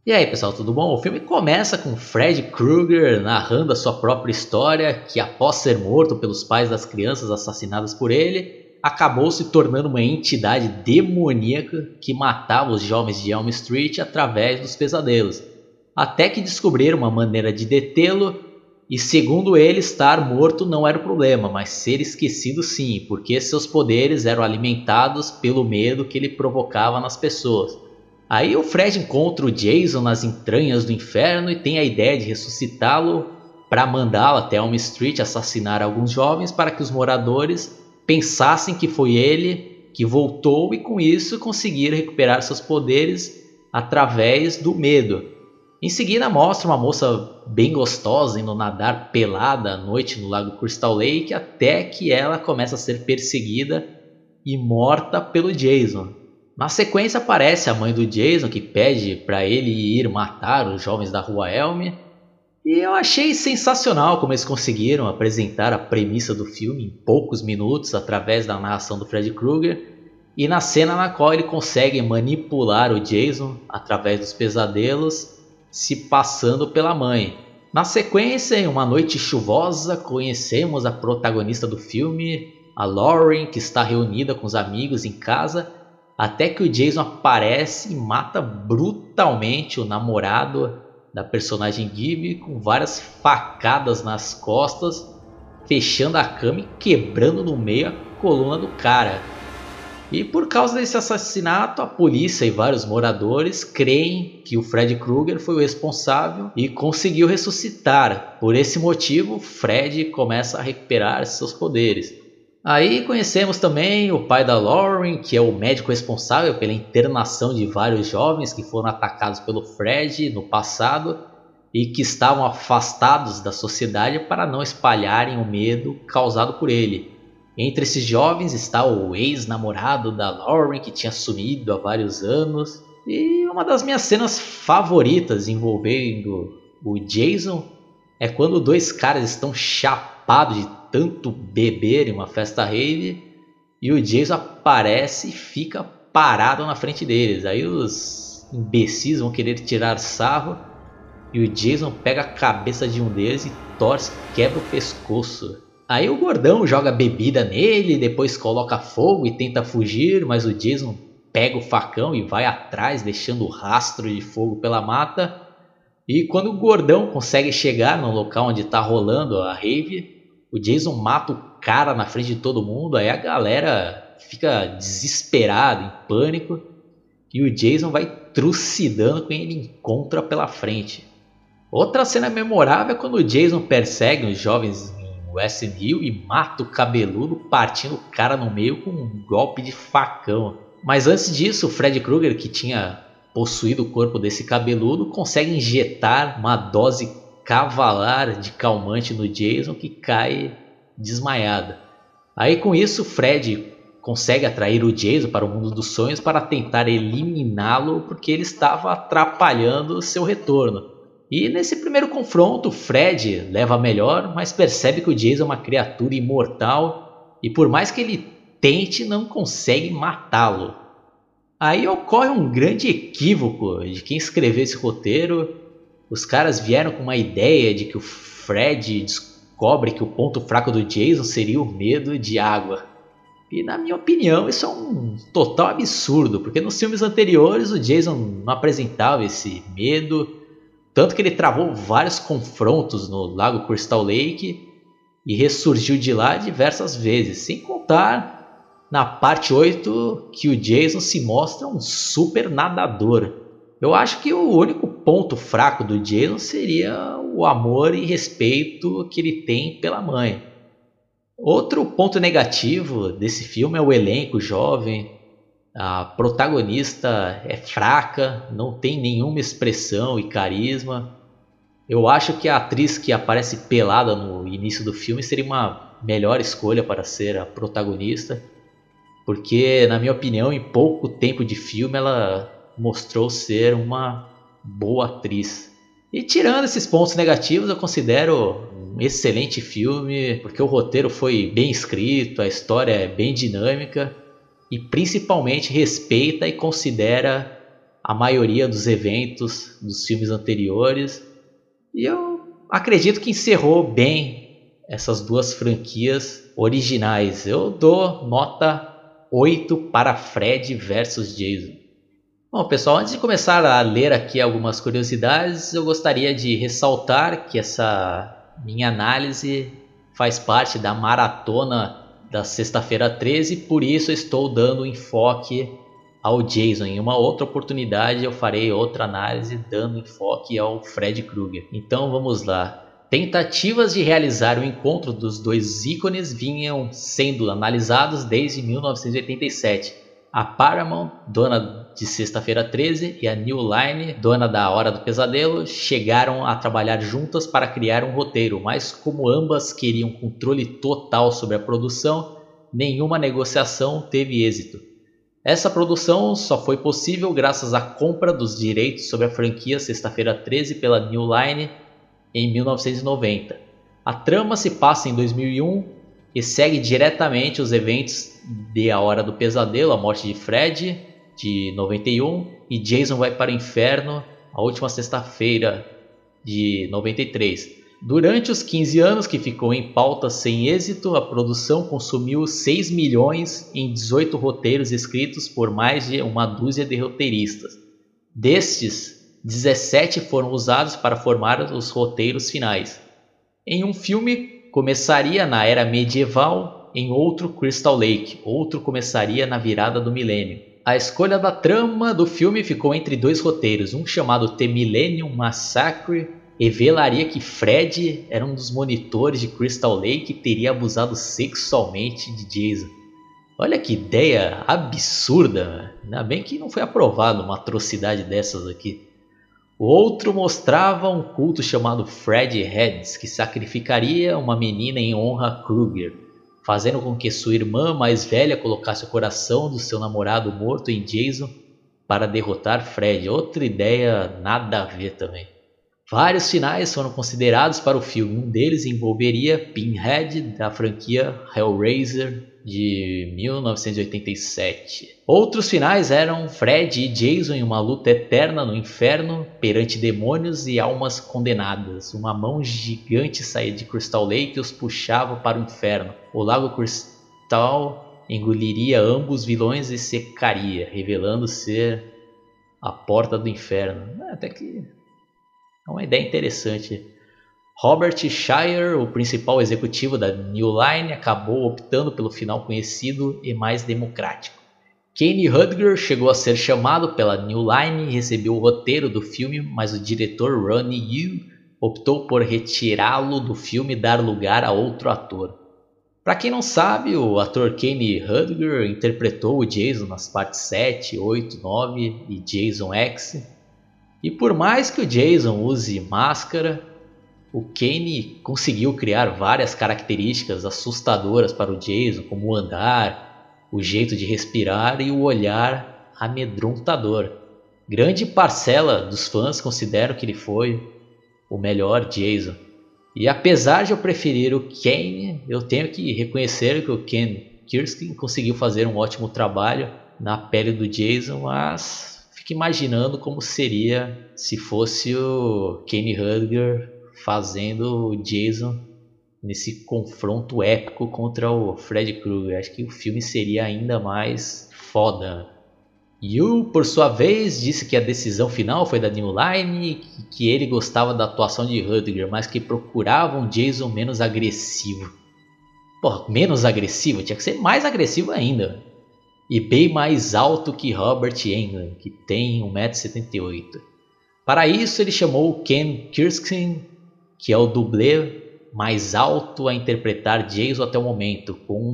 E aí pessoal, tudo bom? O filme começa com Fred Krueger narrando a sua própria história, que após ser morto pelos pais das crianças assassinadas por ele, acabou se tornando uma entidade demoníaca que matava os jovens de Elm Street através dos pesadelos, até que descobriram uma maneira de detê-lo, e segundo ele, estar morto não era o problema, mas ser esquecido sim, porque seus poderes eram alimentados pelo medo que ele provocava nas pessoas. Aí o Fred encontra o Jason nas entranhas do inferno e tem a ideia de ressuscitá-lo para mandá-lo até Elm Street assassinar alguns jovens para que os moradores pensassem que foi ele que voltou e com isso conseguir recuperar seus poderes através do medo. Em seguida mostra uma moça bem gostosa indo nadar pelada à noite no lago Crystal Lake até que ela começa a ser perseguida e morta pelo Jason. Na sequência aparece a mãe do Jason que pede para ele ir matar os jovens da rua Elm. E eu achei sensacional como eles conseguiram apresentar a premissa do filme em poucos minutos através da narração do Fred Krueger. E na cena na qual ele consegue manipular o Jason através dos pesadelos, se passando pela mãe. Na sequência, em uma noite chuvosa, conhecemos a protagonista do filme, a Lauren, que está reunida com os amigos em casa, até que o Jason aparece e mata brutalmente o namorado da personagem Gibby com várias facadas nas costas, fechando a cama e quebrando no meio a coluna do cara. E por causa desse assassinato, a polícia e vários moradores creem que o Fred Krueger foi o responsável e conseguiu ressuscitar. Por esse motivo, Fred começa a recuperar seus poderes. Aí conhecemos também o pai da Lauren, que é o médico responsável pela internação de vários jovens que foram atacados pelo Fred no passado e que estavam afastados da sociedade para não espalharem o medo causado por ele. Entre esses jovens está o ex-namorado da Lauren, que tinha sumido há vários anos. E uma das minhas cenas favoritas envolvendo o Jason é quando dois caras estão chapados de tanto beber em uma festa rave e o Jason aparece e fica parado na frente deles. Aí os imbecis vão querer tirar sarro e o Jason pega a cabeça de um deles e torce, quebra o pescoço. Aí o gordão joga bebida nele, depois coloca fogo e tenta fugir, mas o Jason pega o facão e vai atrás, deixando rastro de fogo pela mata. E quando o gordão consegue chegar no local onde está rolando a rave, o Jason mata o cara na frente de todo mundo, aí a galera fica desesperada, em pânico, e o Jason vai trucidando quem ele encontra pela frente. Outra cena memorável é quando o Jason persegue os jovens em West Hill e mata o cabeludo partindo o cara no meio com um golpe de facão. Mas antes disso, o Fred Krueger, que tinha possuído o corpo desse cabeludo, consegue injetar uma dose cavalar de calmante no Jason, que cai desmaiado. Aí com isso Fred consegue atrair o Jason para o mundo dos sonhos para tentar eliminá-lo porque ele estava atrapalhando seu retorno. E nesse primeiro confronto Fred leva a melhor, mas percebe que o Jason é uma criatura imortal e por mais que ele tente não consegue matá-lo. Aí ocorre um grande equívoco de quem escreveu esse roteiro. Os caras vieram com uma ideia de que o Fred descobre que o ponto fraco do Jason seria o medo de água. E na minha opinião isso é um total absurdo, porque nos filmes anteriores o Jason não apresentava esse medo, tanto que ele travou vários confrontos no Lago Crystal Lake e ressurgiu de lá diversas vezes, sem contar na parte 8 que o Jason se mostra um super nadador. Eu acho que o único ponto fraco do Jason seria o amor e respeito que ele tem pela mãe. Outro ponto negativo desse filme é o elenco jovem. A protagonista é fraca, não tem nenhuma expressão e carisma. Eu acho que a atriz que aparece pelada no início do filme seria uma melhor escolha para ser a protagonista, porque na minha opinião em pouco tempo de filme ela mostrou ser uma boa atriz. E tirando esses pontos negativos, eu considero um excelente filme, porque o roteiro foi bem escrito, a história é bem dinâmica e principalmente respeita e considera a maioria dos eventos dos filmes anteriores. E eu acredito que encerrou bem essas duas franquias originais. Eu dou nota 8 para Fred versus Jason. Bom, pessoal, antes de começar a ler aqui algumas curiosidades, eu gostaria de ressaltar que essa minha análise faz parte da maratona da sexta-feira 13, por isso estou dando enfoque ao Jason. Em uma outra oportunidade eu farei outra análise dando enfoque ao Fred Krueger. Então vamos lá. Tentativas de realizar o encontro dos dois ícones vinham sendo analisados desde 1987. A Paramount, dona de Sexta-feira 13, e a New Line, dona da Hora do Pesadelo, chegaram a trabalhar juntas para criar um roteiro, mas como ambas queriam controle total sobre a produção, nenhuma negociação teve êxito. Essa produção só foi possível graças à compra dos direitos sobre a franquia Sexta-feira 13 pela New Line em 1990. A trama se passa em 2001 e segue diretamente os eventos de A Hora do Pesadelo, a morte de Fred, de 91, e Jason vai para o inferno, a última sexta-feira, de 93. Durante os 15 anos que ficou em pauta sem êxito, a produção consumiu 6 milhões em 18 roteiros escritos por mais de uma dúzia de roteiristas. Destes, 17 foram usados para formar os roteiros finais. Em um filme, começaria na era medieval, em outro Crystal Lake, outro começaria na virada do milênio. A escolha da trama do filme ficou entre dois roteiros, um chamado The Millennium Massacre, revelaria que Fred era um dos monitores de Crystal Lake e teria abusado sexualmente de Jason. Olha que ideia absurda, ainda bem que não foi aprovado uma atrocidade dessas aqui. O outro mostrava um culto chamado Fred Heads, que sacrificaria uma menina em honra a Krueger, fazendo com que sua irmã mais velha colocasse o coração do seu namorado morto em Jason para derrotar Fred. Outra ideia nada a ver também. Vários finais foram considerados para o filme, um deles envolveria Pinhead da franquia Hellraiser de 1987. Outros finais eram Fred e Jason em uma luta eterna no inferno perante demônios e almas condenadas. Uma mão gigante saía de Crystal Lake e os puxava para o inferno. O Lago Crystal engoliria ambos vilões e secaria, revelando ser a porta do inferno. Até que é uma ideia interessante. Robert Shire, o principal executivo da New Line, acabou optando pelo final conhecido e mais democrático. Kane Hodder chegou a ser chamado pela New Line e recebeu o roteiro do filme, mas o diretor Ronnie Yu optou por retirá-lo do filme e dar lugar a outro ator. Para quem não sabe, o ator Kane Hodder interpretou o Jason nas partes 7, 8, 9 e Jason X. E por mais que o Jason use máscara, o Kane conseguiu criar várias características assustadoras para o Jason, como o andar, o jeito de respirar e o olhar amedrontador. Grande parcela dos fãs consideram que ele foi o melhor Jason. E apesar de eu preferir o Kane, eu tenho que reconhecer que o Ken Kirsten conseguiu fazer um ótimo trabalho na pele do Jason, mas fico imaginando como seria se fosse o Kane Hodder fazendo o Jason nesse confronto épico contra o Fred Krueger. Acho que o filme seria ainda mais foda. Yu, por sua vez, disse que a decisão final foi da New Line e que ele gostava da atuação de Hodder, mas que procurava um Jason menos agressivo. Porra, menos agressivo? Tinha que ser mais agressivo ainda. E bem mais alto que Robert Englund, que tem 1,78 m. Para isso ele chamou Ken Kirsten, que é o dublê mais alto a interpretar Jason até o momento, com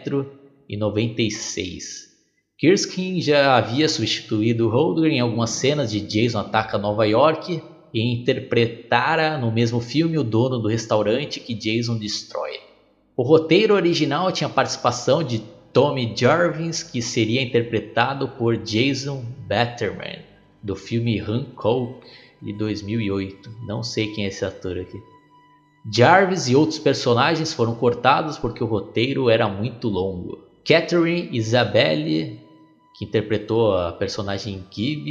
1,96 m. Kirsten já havia substituído Hodder em algumas cenas de Jason Ataca Nova York e interpretara no mesmo filme o dono do restaurante que Jason destrói. O roteiro original tinha participação de Tommy Jarvis, que seria interpretado por Jason Bateman, do filme Hancock de 2008. Não sei quem é esse ator aqui. Jarvis e outros personagens foram cortados porque o roteiro era muito longo. Catherine Isabelle, que interpretou a personagem Gibby,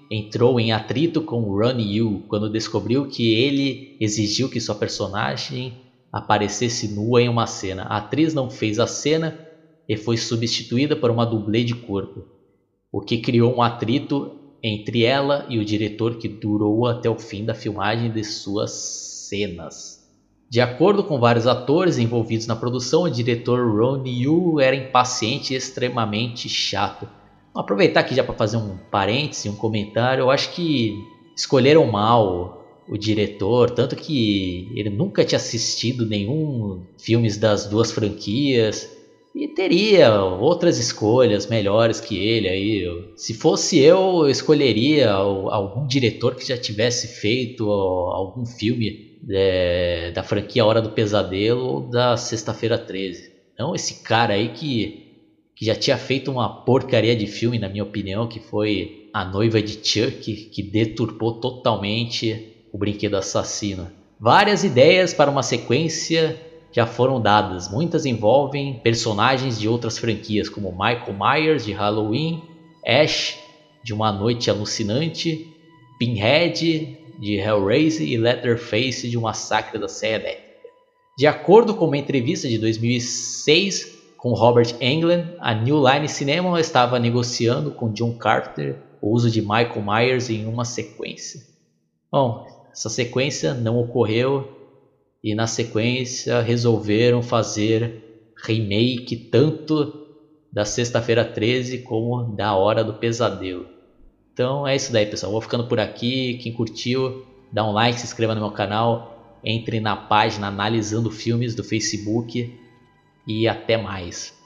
entrou em atrito com Ronnie Yu quando descobriu que ele exigiu que sua personagem aparecesse nua em uma cena. A atriz não fez a cena e foi substituída por uma dublê de corpo, o que criou um atrito entre ela e o diretor que durou até o fim da filmagem de suas cenas. De acordo com vários atores envolvidos na produção, o diretor Ronnie Yu era impaciente e extremamente chato. Vou aproveitar aqui já para fazer um parêntese, um comentário. Eu acho que escolheram mal o diretor, tanto que ele nunca tinha assistido nenhum filmes das duas franquias e teria outras escolhas melhores que ele aí. Se fosse eu escolheria algum diretor que já tivesse feito algum filme da franquia Hora do Pesadelo ou da Sexta-feira 13. Não esse cara aí que já tinha feito uma porcaria de filme, na minha opinião, que foi A Noiva de Chuck, que deturpou totalmente o Brinquedo Assassino. Várias ideias para uma sequência já foram dadas, muitas envolvem personagens de outras franquias, como Michael Myers de Halloween, Ash de Uma Noite Alucinante, Pinhead de Hellraiser e Leatherface de Um Massacre da Serra Elétrica. De acordo com uma entrevista de 2006 com Robert Englund, a New Line Cinema estava negociando com John Carpenter o uso de Michael Myers em uma sequência. Bom, essa sequência não ocorreu e na sequência resolveram fazer remake tanto da Sexta-feira 13 como da Hora do Pesadelo. Então é isso daí, pessoal. Vou ficando por aqui. Quem curtiu, dá um like, se inscreva no meu canal, entre na página Analisando Filmes do Facebook e até mais.